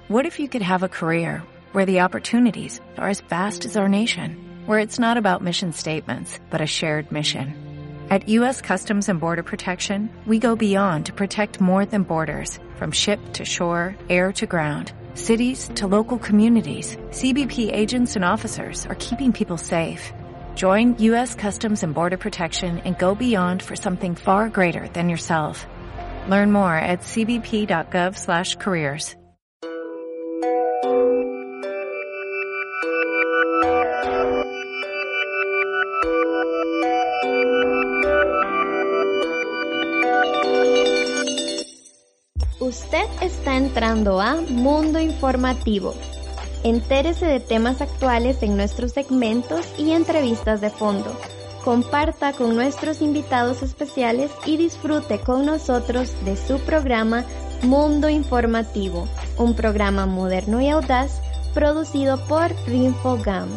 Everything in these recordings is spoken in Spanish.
What if you could have a career where the opportunities are as vast as our nation, where it's not about mission statements, but a shared mission? At U.S. Customs and Border Protection, we go beyond to protect more than borders, from ship to shore, air to ground, cities to local communities. CBP agents and officers are keeping people safe. Join U.S. Customs and Border Protection and go beyond for something far greater than yourself. Learn more at cbp.gov/careers. Usted está entrando a Mundo Informativo. Entérese de temas actuales en nuestros segmentos y entrevistas de fondo. Comparta con nuestros invitados especiales y disfrute con nosotros de su programa Mundo Informativo, un programa moderno y audaz producido por Rinfogam.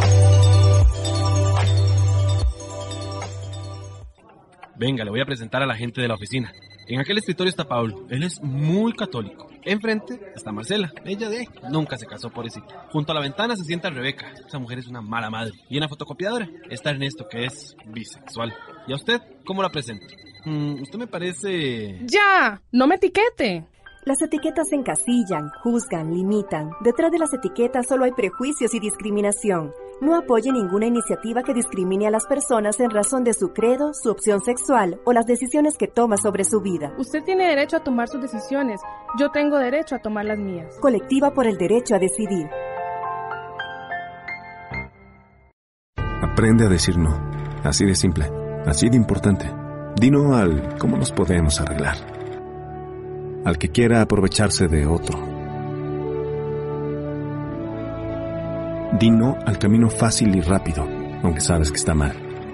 Venga, le voy a presentar a la gente de la oficina. En aquel escritorio está Pablo, él es muy católico. Enfrente está Marcela, ella nunca se casó, pobrecita. Junto a la ventana se sienta Rebeca, esa mujer es una mala madre. Y en la fotocopiadora está Ernesto, que es bisexual. ¿Y a usted cómo la presento? Usted me parece... ¡Ya! ¡No me etiquete! Las etiquetas encasillan, juzgan, limitan. Detrás de las etiquetas solo hay prejuicios y discriminación. No apoye ninguna iniciativa que discrimine a las personas en razón de su credo, su opción sexual o las decisiones que toma sobre su vida. Usted tiene derecho a tomar sus decisiones. Yo tengo derecho a tomar las mías. Colectiva por el derecho a decidir. Aprende a decir no. Así de simple. Así de importante. Di no al cómo nos podemos arreglar. Al que quiera aprovecharse de otro. Di no al camino fácil y rápido, aunque sabes que está mal.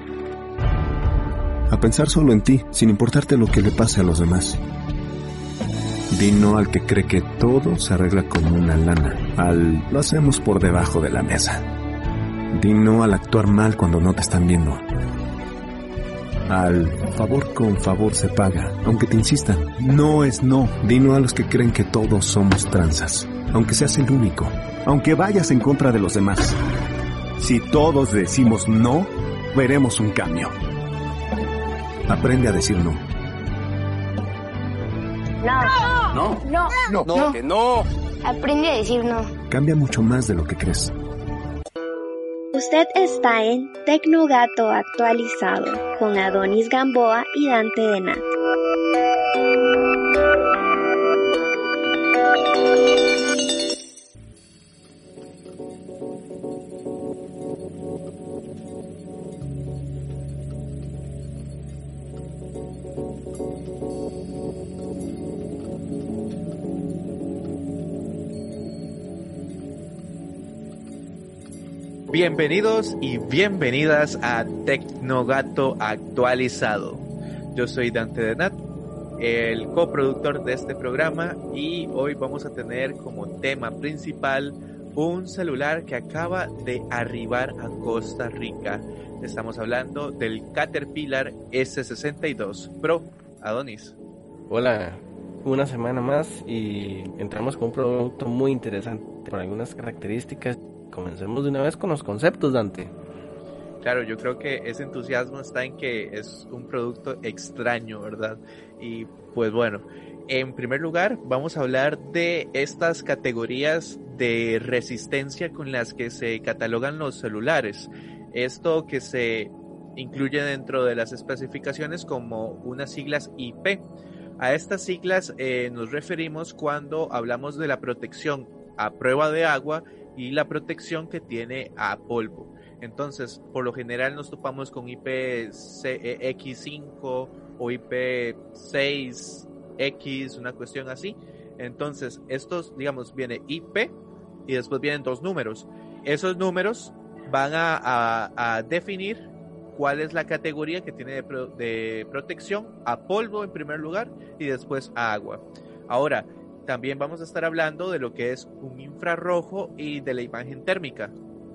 A pensar solo en ti, sin importarte lo que le pase a los demás. Di no al que cree que todo se arregla con una lana, lo hacemos por debajo de la mesa. Di no al actuar mal cuando no te están viendo. Al favor con favor se paga, aunque te insistan. No es no. Di no a los que creen que todos somos tranzas, aunque seas el único, aunque vayas en contra de los demás. Si todos decimos no, veremos un cambio. Aprende a decir no. No. No. No. No. No. Que no. Aprende a decir no. Cambia mucho más de lo que crees. Usted está en Tecnogato Actualizado con Adonis Gamboa y Dante Denat. Bienvenidos y bienvenidas a Tecnogato Actualizado. Yo soy Dante Denat, el coproductor de este programa, y hoy vamos a tener como tema principal un celular que acaba de arribar a Costa Rica. Estamos hablando del Caterpillar S62 Pro. Adonis. Hola, una semana más y entramos con un producto muy interesante por algunas características. Comencemos de una vez con los conceptos, Dante. Claro, yo creo que ese entusiasmo está en que es un producto extraño, ¿verdad? Y pues bueno, en primer lugar vamos a hablar de estas categorías de resistencia con las que se catalogan los celulares. Esto que se incluye dentro de las especificaciones como unas siglas IP. A estas siglas nos referimos cuando hablamos de la protección a prueba de agua y la protección que tiene a polvo. Entonces, por lo general nos topamos con IPX5 o IP6X, una cuestión así. Entonces, estos, digamos, viene IP y después vienen dos números. Esos números van a definir cuál es la categoría que tiene de protección a polvo en primer lugar y después a agua. Ahora, también vamos a estar hablando de lo que es un infrarrojo y de la imagen térmica.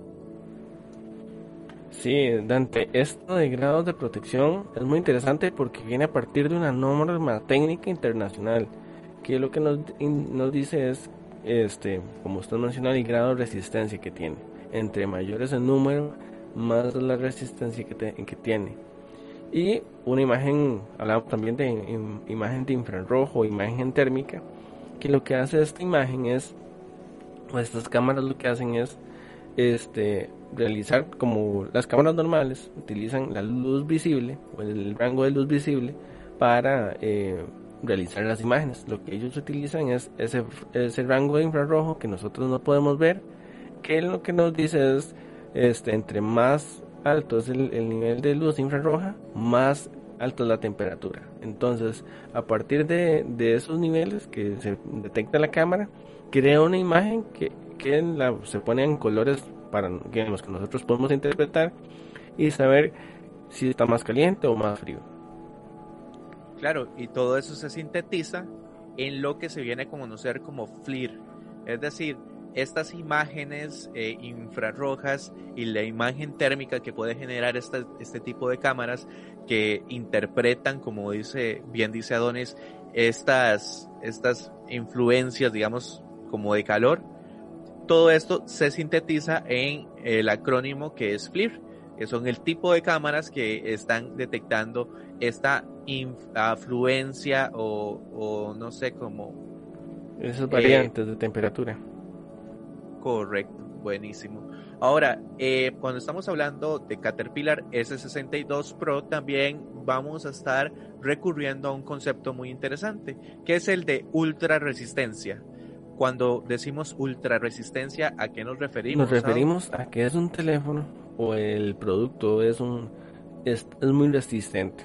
Sí, Dante, esto de grados de protección es muy interesante porque viene a partir de una norma técnica internacional, que lo que nos dice es como usted mencionó, el grado de resistencia que tiene. Entre mayores el número, más la resistencia que tiene. Y una imagen, hablamos también de imagen de infrarrojo, imagen térmica, que lo que hace esta imagen es, o estas cámaras lo que hacen es realizar, como las cámaras normales utilizan la luz visible o el rango de luz visible para realizar las imágenes. Lo que ellos utilizan es ese rango de infrarrojo que nosotros no podemos ver, que lo que nos dice es entre más alto es el nivel de luz infrarroja, más alta es la temperatura. Entonces, a partir de esos niveles que se detecta la cámara, crea una imagen que se pone en colores para los que nosotros podemos interpretar y saber si está más caliente o más frío. Claro, y todo eso se sintetiza en lo que se viene a conocer como FLIR, es decir, estas imágenes infrarrojas y la imagen térmica que puede generar este tipo de cámaras que interpretan, como bien dice Adonis, estas influencias, digamos, como de calor. Todo esto se sintetiza en el acrónimo que es FLIR, que son el tipo de cámaras que están detectando esta afluencia o no sé cómo. Esas variantes de temperatura. Correcto, buenísimo. Ahora, cuando estamos hablando de Caterpillar S62 Pro, también vamos a estar recurriendo a un concepto muy interesante, que es el de ultra resistencia. Cuando decimos ultra resistencia, ¿a qué nos referimos? Nos referimos a que es un teléfono o el producto es muy resistente.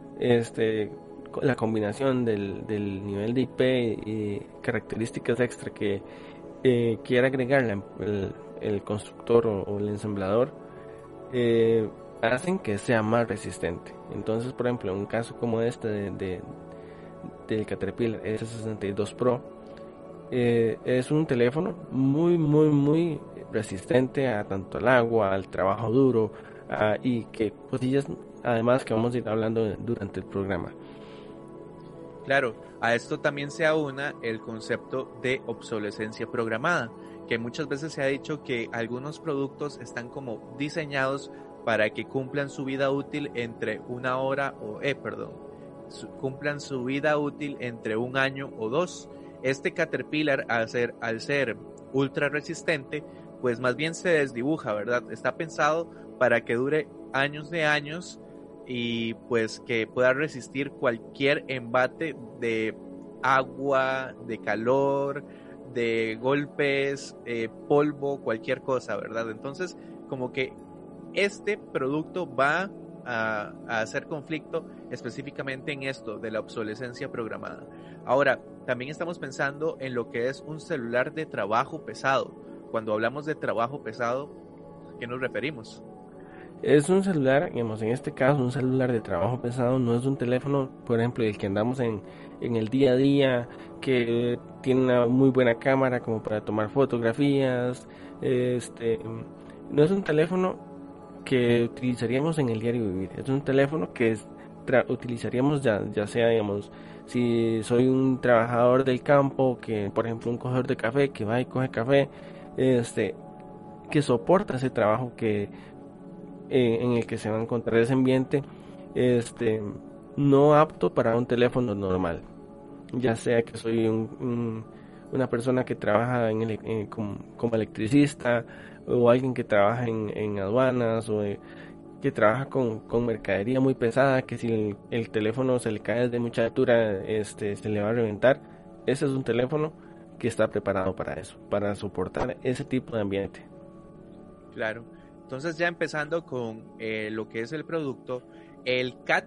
La combinación del nivel de IP y características extra que quiera agregar el constructor o el ensamblador hacen que sea más resistente. Entonces, por ejemplo, en un caso como este del Caterpillar S62 Pro, es un teléfono muy muy muy resistente a tanto al agua, al trabajo duro, y que cosillas además que vamos a ir hablando durante el programa. Claro, a esto también se aúna el concepto de obsolescencia programada, que muchas veces se ha dicho que algunos productos están como diseñados para que cumplan su vida útil entre cumplan su vida útil entre 1 año o 2. Este Caterpillar, al ser ultra resistente, pues más bien se desdibuja, ¿verdad? Está pensado para que dure años de años y pues que pueda resistir cualquier embate de agua, de calor, de golpes, polvo, cualquier cosa, ¿verdad? Entonces, como que este producto va a hacer conflicto específicamente en esto de la obsolescencia programada. Ahora, también estamos pensando en lo que es un celular de trabajo pesado. Cuando hablamos de trabajo pesado, ¿a qué nos referimos? Es un celular, digamos, en este caso, un celular de trabajo pesado, no es un teléfono, por ejemplo, el que andamos en el día a día, que tiene una muy buena cámara como para tomar fotografías. No es un teléfono que utilizaríamos en el diario vivir, es un teléfono que utilizaríamos ya sea, digamos, si soy un trabajador del campo, que por ejemplo un cogedor de café, que va y coge café, que soporta ese trabajo en el que se va a encontrar ese ambiente, no apto para un teléfono normal, ya sea que soy una persona que trabaja como electricista, o alguien que trabaja en aduanas, o que trabaja con mercadería muy pesada, que si el teléfono se le cae desde mucha altura, se le va a reventar. Ese es un teléfono que está preparado para eso, para soportar ese tipo de ambiente. Claro. Entonces, ya empezando con lo que es el producto, el CAT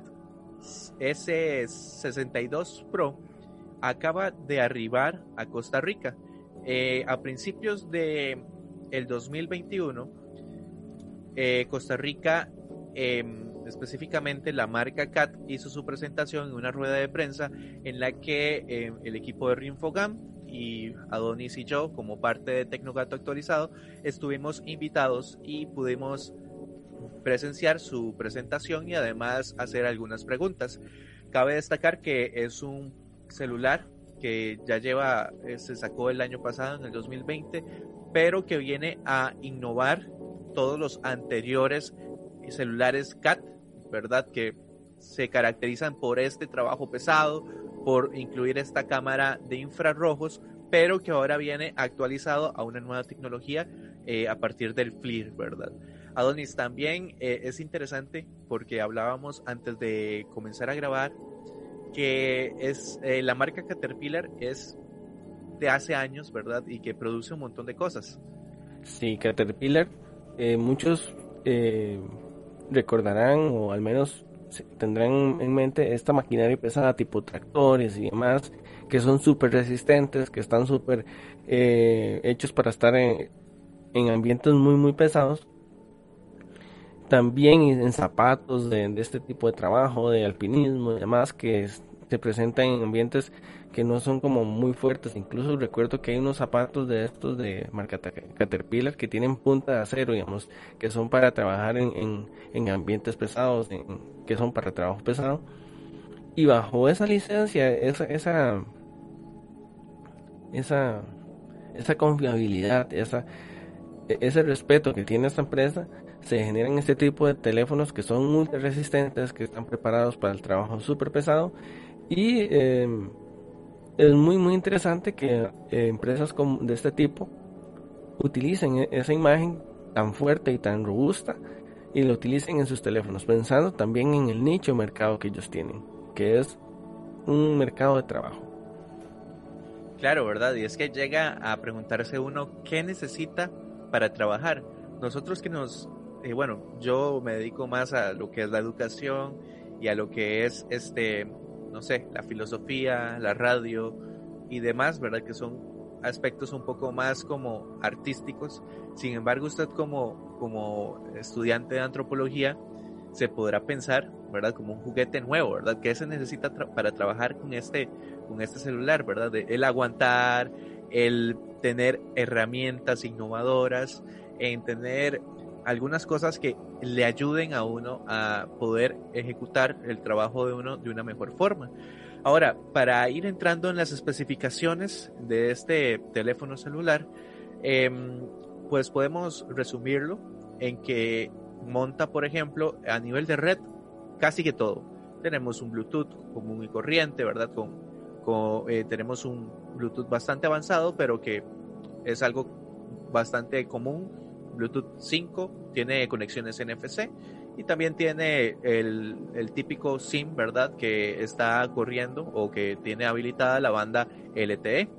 S62 Pro acaba de arribar a Costa Rica. A principios de el 2021, Costa Rica, específicamente la marca CAT, hizo su presentación en una rueda de prensa en la que el equipo de Rinfogam y Adonis y yo, como parte de Tecnogato Actualizado, estuvimos invitados y pudimos presenciar su presentación y además hacer algunas preguntas. Cabe destacar que es un celular que ya lleva, se sacó el año pasado, en el 2020, pero que viene a innovar todos los anteriores celulares CAT, ¿verdad? Que se caracterizan por este trabajo pesado, por incluir esta cámara de infrarrojos, pero que ahora viene actualizado a una nueva tecnología a partir del FLIR, ¿verdad? Adonis, también es interesante porque hablábamos antes de comenzar a grabar que es la marca Caterpillar es de hace años, ¿verdad? Y que produce un montón de cosas. Sí, Caterpillar, muchos recordarán o al menos tendrán en mente esta maquinaria pesada tipo tractores y demás, que son súper resistentes, que están súper hechos para estar en ambientes muy muy pesados. También en zapatos de este tipo de trabajo, de alpinismo y demás, que se presentan en ambientes que no son como muy fuertes. Incluso recuerdo que hay unos zapatos de estos de marca Caterpillar que tienen punta de acero, digamos, que son para trabajar en ambientes pesados, que son para trabajo pesado. Y bajo esa licencia, esa confiabilidad, ese respeto que tiene esta empresa, se generan este tipo de teléfonos que son ultra resistentes, que están preparados para el trabajo súper pesado. Y es muy muy interesante que empresas de este tipo utilicen esa imagen tan fuerte y tan robusta y lo utilicen en sus teléfonos, pensando también en el nicho de mercado que ellos tienen, que es un mercado de trabajo. Claro, ¿verdad? Y es que llega a preguntarse uno qué necesita para trabajar. Nosotros que bueno, yo me dedico más a lo que es la educación y a lo que es no sé, la filosofía, la radio y demás, ¿verdad? Que son aspectos un poco más como artísticos. Sin embargo, usted como estudiante de antropología se podrá pensar, ¿verdad? Como un juguete nuevo, ¿verdad? ¿Qué se necesita para trabajar con este celular, ¿verdad? El aguantar, el tener herramientas innovadoras, en tener algunas cosas que le ayuden a uno a poder ejecutar el trabajo de uno de una mejor forma. Ahora, para ir entrando en las especificaciones de este teléfono celular, pues podemos resumirlo en que monta, por ejemplo, a nivel de red, casi que todo. Tenemos un Bluetooth común y corriente, ¿verdad? Tenemos un Bluetooth bastante avanzado, pero que es algo bastante común. Bluetooth 5, tiene conexiones NFC y también tiene el típico SIM, ¿verdad? Que está corriendo o que tiene habilitada la banda LTE.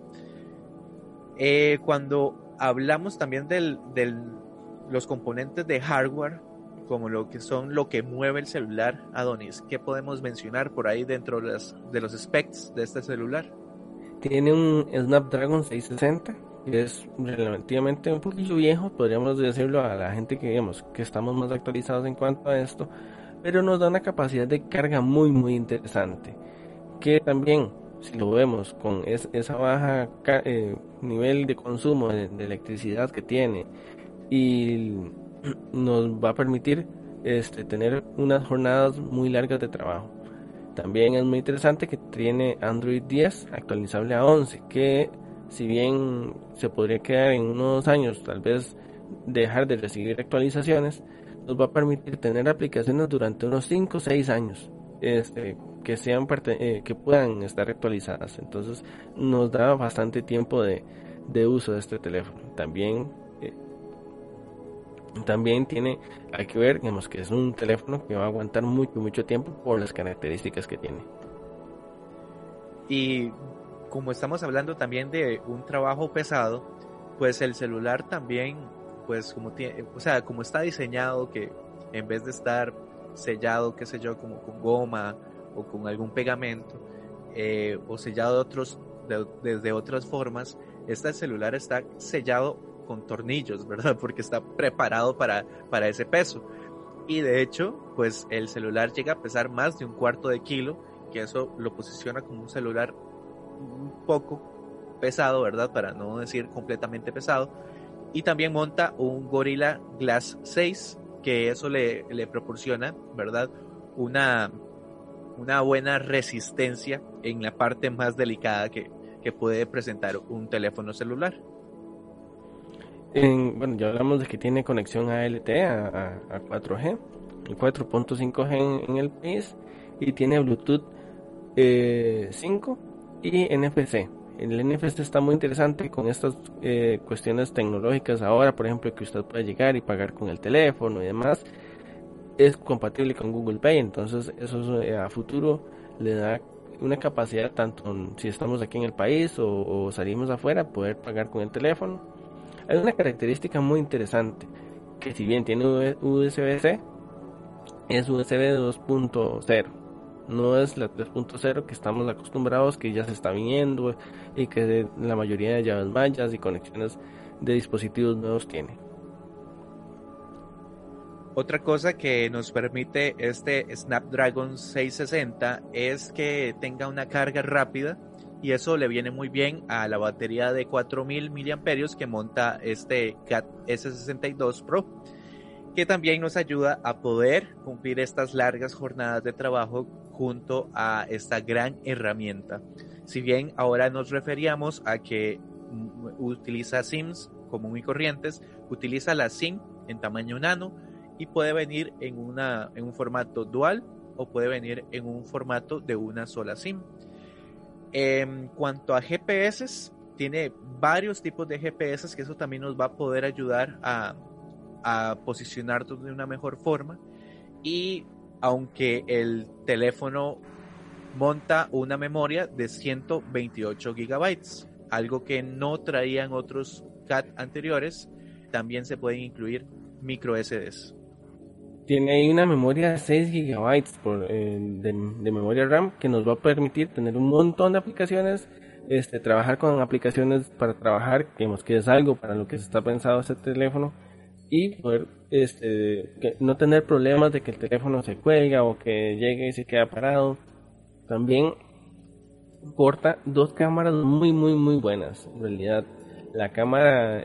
Cuando hablamos también de los componentes de hardware, como lo que mueve el celular, Adonis, ¿qué podemos mencionar por ahí dentro de los specs de este celular? Tiene un Snapdragon 660, que es relativamente un poquillo viejo, podríamos decirlo a la gente que digamos que estamos más actualizados en cuanto a esto, pero nos da una capacidad de carga muy muy interesante, que también si lo vemos con esa baja nivel de consumo de electricidad que tiene, y nos va a permitir tener unas jornadas muy largas de trabajo. También es muy interesante que tiene Android 10 actualizable a 11, que si bien se podría quedar en unos años, tal vez dejar de recibir actualizaciones, nos va a permitir tener aplicaciones durante unos 5 o 6 años que sean que puedan estar actualizadas. Entonces nos da bastante tiempo de uso de este teléfono. También hay que ver, digamos, que es un teléfono que va a aguantar mucho tiempo por las características que tiene. Y como estamos hablando también de un trabajo pesado, pues el celular también, pues como está diseñado, que en vez de estar sellado, qué sé yo, como con goma o con algún pegamento, o sellado desde otras formas, este celular está sellado con tornillos, ¿verdad? Porque está preparado para ese peso. Y de hecho, pues el celular llega a pesar más de 1/4 kilo, que eso lo posiciona como un celular un poco pesado, ¿verdad? Para no decir completamente pesado. Y también monta un Gorilla Glass 6, que eso le proporciona, ¿verdad? Una buena resistencia en la parte más delicada que que puede presentar un teléfono celular. Bueno, ya hablamos de que tiene conexión a LTE, a 4G, y 4.5G en el país, y tiene Bluetooth 5 y NFC. El NFC está muy interesante con estas cuestiones tecnológicas ahora, por ejemplo, que usted puede llegar y pagar con el teléfono y demás. Es compatible con Google Pay, entonces eso a futuro le da una capacidad, tanto si estamos aquí en el país o salimos afuera, poder pagar con el teléfono. Hay una característica muy interesante, que si bien tiene USB-C, es USB 2.0, no es la 3.0 que estamos acostumbrados, que ya se está viniendo y que la mayoría de llaves mayas y conexiones de dispositivos nuevos tiene. Otra cosa que nos permite este Snapdragon 660 es que tenga una carga rápida, y eso le viene muy bien a la batería de 4000 mAh que monta este CAT S62 Pro, que también nos ayuda a poder cumplir estas largas jornadas de trabajo junto a esta gran herramienta. Si bien ahora nos referíamos a que utiliza SIMs común y corrientes, utiliza la SIM en tamaño nano y puede venir en un formato dual o puede venir en un formato de una sola SIM. En cuanto a GPS, tiene varios tipos de GPS, que eso también nos va a poder ayudar a posicionarnos de una mejor forma. Y aunque el teléfono monta una memoria de 128 gigabytes, algo que no traían otros CAT anteriores, también se pueden incluir micro SDs. Tiene ahí una memoria de 6 GB de memoria RAM, que nos va a permitir tener un montón de aplicaciones, trabajar con aplicaciones para trabajar, que es algo para lo que se está pensado este teléfono, y poder que no tener problemas de que el teléfono se cuelga o que llegue y se queda parado. También porta 2 cámaras muy buenas. En realidad, la cámara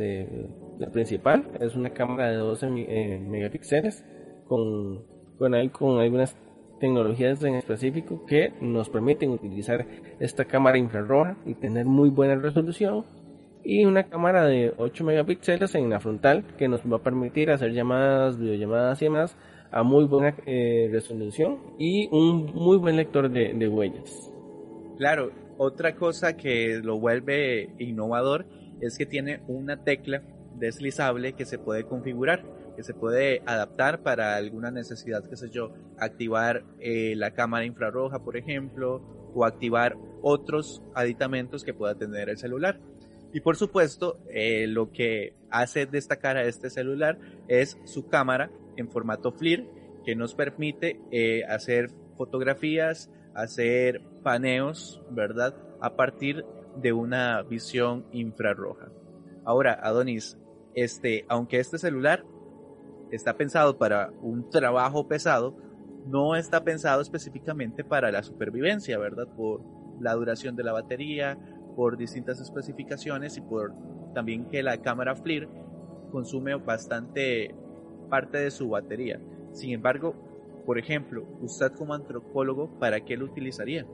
la principal es una cámara de 12 megapíxeles con algunas tecnologías en específico que nos permiten utilizar esta cámara infrarroja y tener muy buena resolución, y una cámara de 8 megapíxeles en la frontal que nos va a permitir hacer llamadas, videollamadas y demás a muy buena resolución, y un muy buen lector de huellas. Claro, otra cosa que lo vuelve innovador es que tiene una tecla deslizable que se puede configurar, que se puede adaptar para alguna necesidad, qué sé yo, activar la cámara infrarroja, por ejemplo, o activar otros aditamentos que pueda tener el celular. Y por supuesto, lo que hace destacar a este celular es su cámara en formato FLIR, que nos permite hacer fotografías, hacer paneos, ¿verdad?, a partir de una visión infrarroja. Ahora, Adonis, aunque este celular está pensado para un trabajo pesado, no está pensado específicamente para la supervivencia, ¿verdad? Por la duración de la batería, por distintas especificaciones y por también que la cámara FLIR consume bastante parte de su batería. Sin embargo, por ejemplo, usted como antropólogo, ¿para qué lo utilizaría?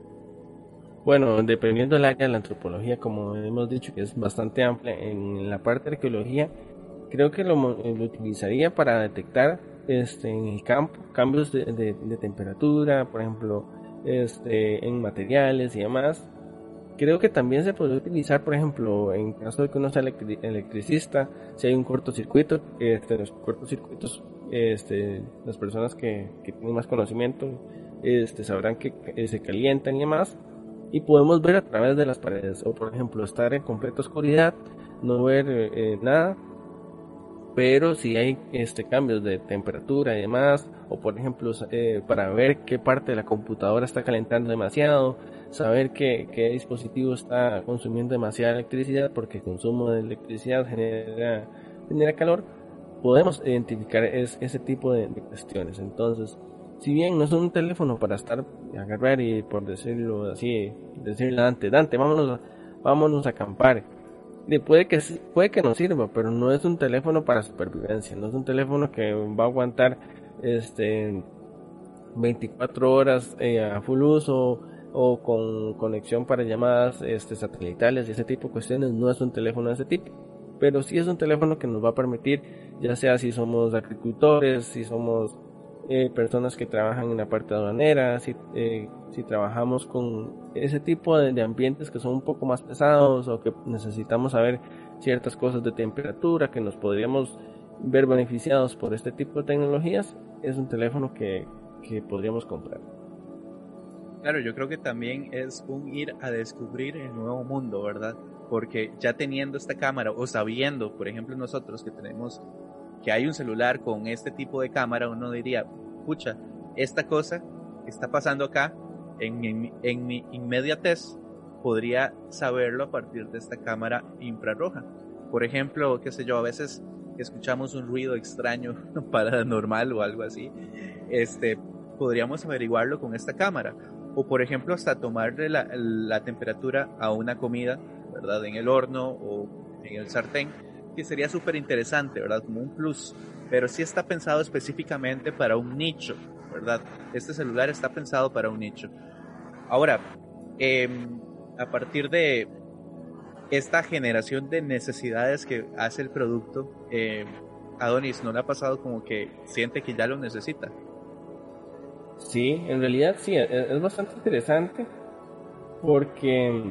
Bueno, dependiendo del área de la antropología, como hemos dicho, que es bastante amplia, en la parte de arqueología, creo que lo utilizaría para detectar en el campo cambios de temperatura, por ejemplo, en materiales y demás. Creo que también se puede utilizar, por ejemplo, en caso de que uno sea electricista, si hay un cortocircuito, los cortocircuitos, las personas que tienen más conocimiento, sabrán que se calientan y demás, y podemos ver a través de las paredes, o por ejemplo, estar en completa oscuridad, no ver nada, pero si hay cambios de temperatura y demás, o por ejemplo, para ver qué parte de la computadora está calentando demasiado, saber qué dispositivo está consumiendo demasiada electricidad, porque el consumo de electricidad genera calor, podemos identificar ese tipo de cuestiones. Entonces, si bien no es un teléfono para agarrar y, por decirlo así, decirle a Dante, vámonos a acampar, puede que nos sirva, pero no es un teléfono para supervivencia, no es un teléfono que va a aguantar 24 horas a full uso, o con conexión para llamadas satelitales y ese tipo de cuestiones, no es un teléfono de ese tipo. Pero sí es un teléfono que nos va a permitir, ya sea si somos agricultores, si somos personas que trabajan en la parte aduanera, si trabajamos con ese tipo de ambientes que son un poco más pesados o que necesitamos saber ciertas cosas de temperatura, que nos podríamos ver beneficiados por este tipo de tecnologías, es un teléfono que podríamos comprar. Claro, yo creo que también es un ir a descubrir el nuevo mundo, ¿verdad? Porque ya teniendo esta cámara o sabiendo, por ejemplo, nosotros que hay un celular con este tipo de cámara, uno diría, pucha, esta cosa que está pasando acá, en mi inmediatez, podría saberlo a partir de esta cámara infrarroja. Por ejemplo, qué sé yo, a veces escuchamos un ruido extraño, paranormal o algo así, podríamos averiguarlo con esta cámara. O por ejemplo, hasta tomarle la temperatura a una comida, ¿verdad? En el horno o en el sartén, que sería súper interesante, ¿verdad? Como un plus, pero sí está pensado específicamente para un nicho, ¿verdad? Este celular está pensado para un nicho. Ahora, a partir de esta generación de necesidades que hace el producto, Adonis, ¿no le ha pasado como que siente que ya lo necesita? Sí, en realidad sí, es bastante interesante porque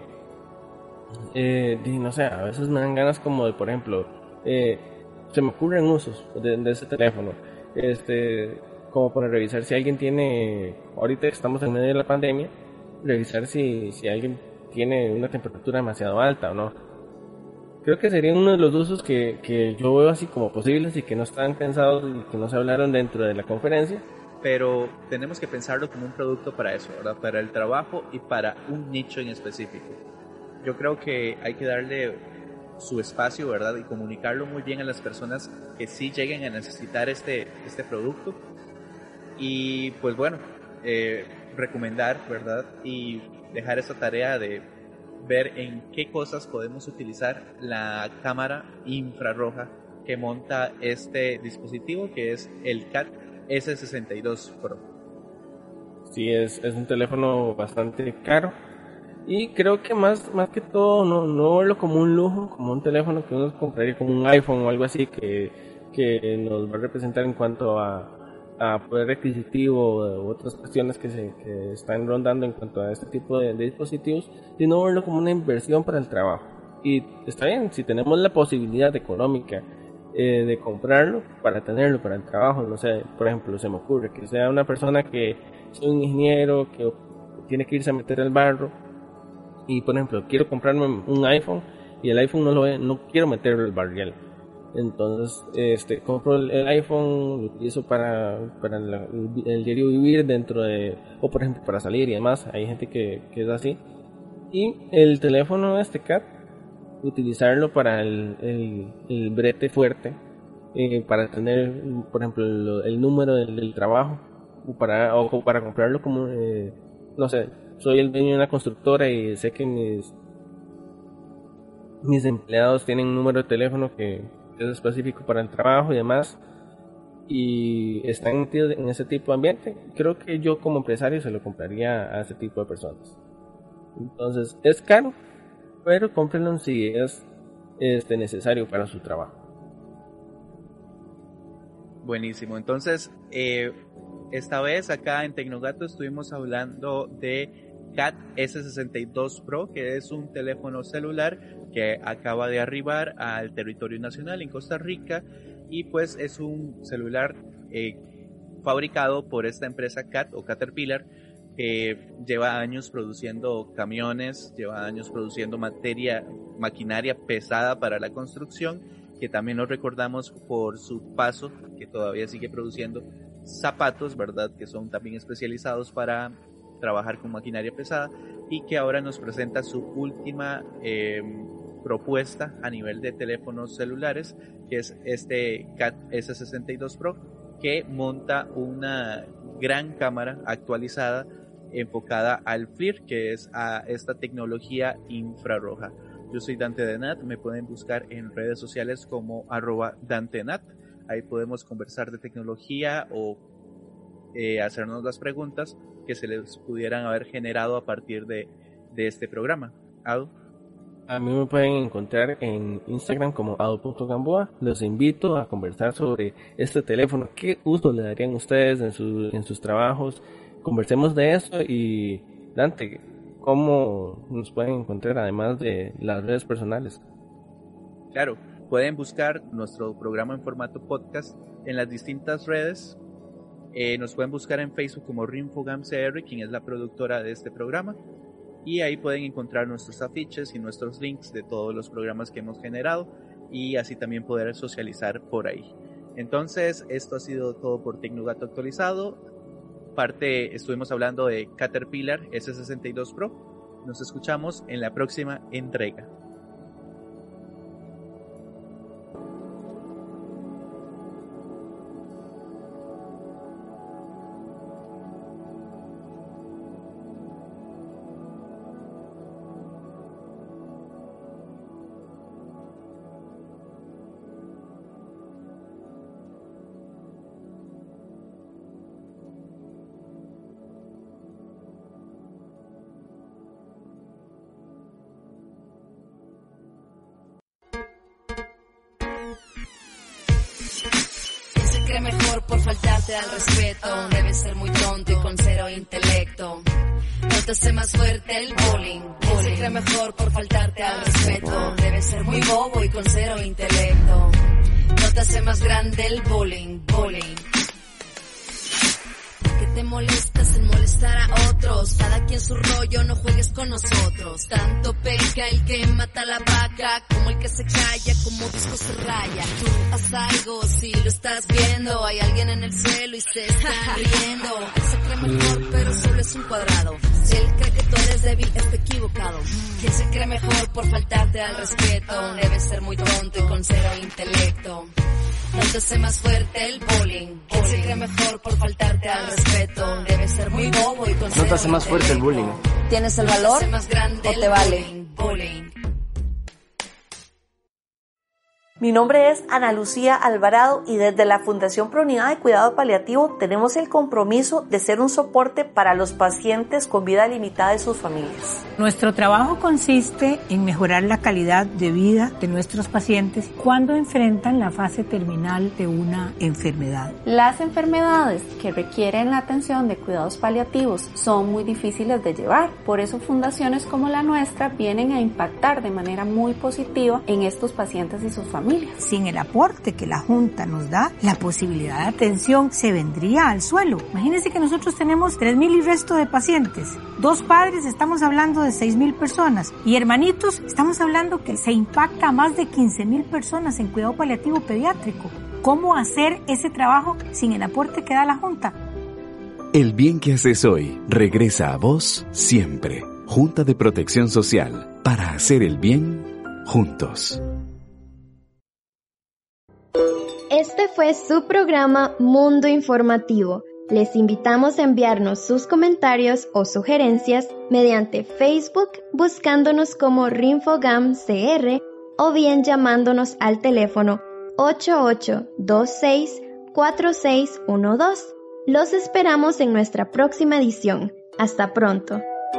no sé, a veces me dan ganas como de, por ejemplo, se me ocurren usos de ese teléfono, como para revisar si alguien tiene, ahorita estamos en medio de la pandemia, revisar si alguien tiene una temperatura demasiado alta o no. Creo que sería uno de los usos que yo veo así como posibles y que no están pensados y que no se hablaron dentro de la conferencia. Pero tenemos que pensarlo como un producto para eso, ¿verdad? Para el trabajo y para un nicho en específico. Yo creo que hay que darle su espacio, ¿verdad? Y comunicarlo muy bien a las personas que sí lleguen a necesitar este producto. Y pues bueno, recomendar, ¿verdad? Y dejar esa tarea de ver en qué cosas podemos utilizar la cámara infrarroja que monta este dispositivo, que es el CAT S62 Pro. Sí, es un teléfono bastante caro y creo que más que todo no verlo como un lujo, como un teléfono que uno compraría como un iPhone o algo así que nos va a representar en cuanto a poder adquisitivo u otras cuestiones que están rondando en cuanto a este tipo de dispositivos, sino verlo como una inversión para el trabajo. Y está bien, si tenemos la posibilidad económica de comprarlo para tenerlo para el trabajo, no sé, por ejemplo, se me ocurre que sea una persona que es un ingeniero que tiene que irse a meter al barro y por ejemplo quiero comprarme un iPhone y el iPhone no quiero meterlo al barrial, entonces compro el iPhone, lo utilizo para el diario vivir dentro de, o por ejemplo para salir y demás, hay gente que es así, y el teléfono CAT utilizarlo para el brete fuerte, para tener, por ejemplo, el número del trabajo, o para comprarlo como, no sé, soy el dueño de una constructora y sé que mis empleados tienen un número de teléfono que es específico para el trabajo y demás, y están metidos en ese tipo de ambiente. Creo que yo como empresario se lo compraría a ese tipo de personas. Entonces, es caro, pero cómprenlo si es necesario para su trabajo. Buenísimo. Entonces, esta vez acá en Tecnogato estuvimos hablando de CAT S62 Pro, que es un teléfono celular que acaba de arribar al territorio nacional en Costa Rica, y pues es un celular fabricado por esta empresa CAT o Caterpillar, que lleva años produciendo camiones, lleva años produciendo maquinaria pesada para la construcción, que también nos recordamos por su paso, que todavía sigue produciendo zapatos, ¿verdad? Que son también especializados para trabajar con maquinaria pesada, y que ahora nos presenta su última propuesta a nivel de teléfonos celulares, que es este CAT S62 Pro, que monta una gran cámara actualizada enfocada al FLIR, que es a esta tecnología infrarroja. Yo soy Dante Denat, me pueden buscar en redes sociales como @DanteNat. Ahí podemos conversar de tecnología o hacernos las preguntas, que se les pudieran haber generado a partir de este programa. Ado. A mí me pueden encontrar en Instagram como ado.gamboa. Los invito a conversar sobre este teléfono. ¿Qué uso le darían ustedes en sus trabajos? Conversemos de eso. Y Dante, ¿cómo nos pueden encontrar además de las redes personales? Claro, pueden buscar nuestro programa en formato podcast en las distintas redes. Nos pueden buscar en Facebook como Rinfogam CR, quien es la productora de este programa. Y ahí pueden encontrar nuestros afiches y nuestros links de todos los programas que hemos generado y así también poder socializar por ahí. Entonces, esto ha sido todo por Tecnogato Actualizado. Estuvimos hablando de Caterpillar S62 Pro. Nos escuchamos en la próxima entrega. Mejor por faltarte al respeto, debes ser muy tonto y con cero intelecto. No te hace más fuerte el bullying. Se cree mejor por faltarte al respeto, debes ser muy bobo y con cero intelecto. No te hace más grande el bullying. Que te molestas en molestar a otros, cada quien su rollo, no juegues con nosotros. Tanto peca el que mata a la vaca como el que se calla, como disco se raya. Tú haz algo si lo estás viendo, hay alguien en el suelo y se está riendo. Él se cree mejor pero solo es un cuadrado, si él cree que tú eres débil está equivocado. ¿Quién se cree mejor por faltarte al respeto? Debes ser muy tonto y con cero intelecto. No te hace más fuerte el bullying. ¿Quién se cree mejor por faltarte al respeto? Debe ser muy bobo y con No te hace más fuerte el bullying. ¿Tienes el valor o te vale? Mi nombre es Ana Lucía Alvarado y desde la Fundación Pro Unidad de Cuidado Paliativo tenemos el compromiso de ser un soporte para los pacientes con vida limitada y sus familias. Nuestro trabajo consiste en mejorar la calidad de vida de nuestros pacientes cuando enfrentan la fase terminal de una enfermedad. Las enfermedades que requieren la atención de cuidados paliativos son muy difíciles de llevar, por eso fundaciones como la nuestra vienen a impactar de manera muy positiva en estos pacientes y sus familias. Sin el aporte que la Junta nos da, la posibilidad de atención se vendría al suelo. Imagínense que nosotros tenemos 3,000 y resto de pacientes. 2 padres, estamos hablando de 6,000 personas. Y hermanitos, estamos hablando que se impacta a más de 15,000 personas en cuidado paliativo pediátrico. ¿Cómo hacer ese trabajo sin el aporte que da la Junta? El bien que haces hoy regresa a vos siempre. Junta de Protección Social. Para hacer el bien juntos. Este fue su programa Mundo Informativo. Les invitamos a enviarnos sus comentarios o sugerencias mediante Facebook buscándonos como Rinfogam CR o bien llamándonos al teléfono 8826-4612. Los esperamos en nuestra próxima edición. Hasta pronto.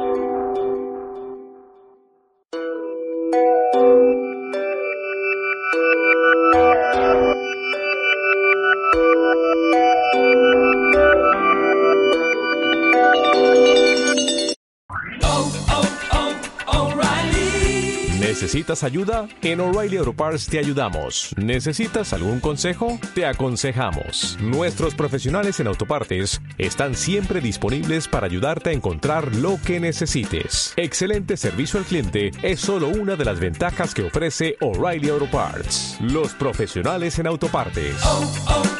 ¿Necesitas ayuda? En O'Reilly Auto Parts te ayudamos. ¿Necesitas algún consejo? Te aconsejamos. Nuestros profesionales en autopartes están siempre disponibles para ayudarte a encontrar lo que necesites. Excelente servicio al cliente es solo una de las ventajas que ofrece O'Reilly Auto Parts. Los profesionales en autopartes.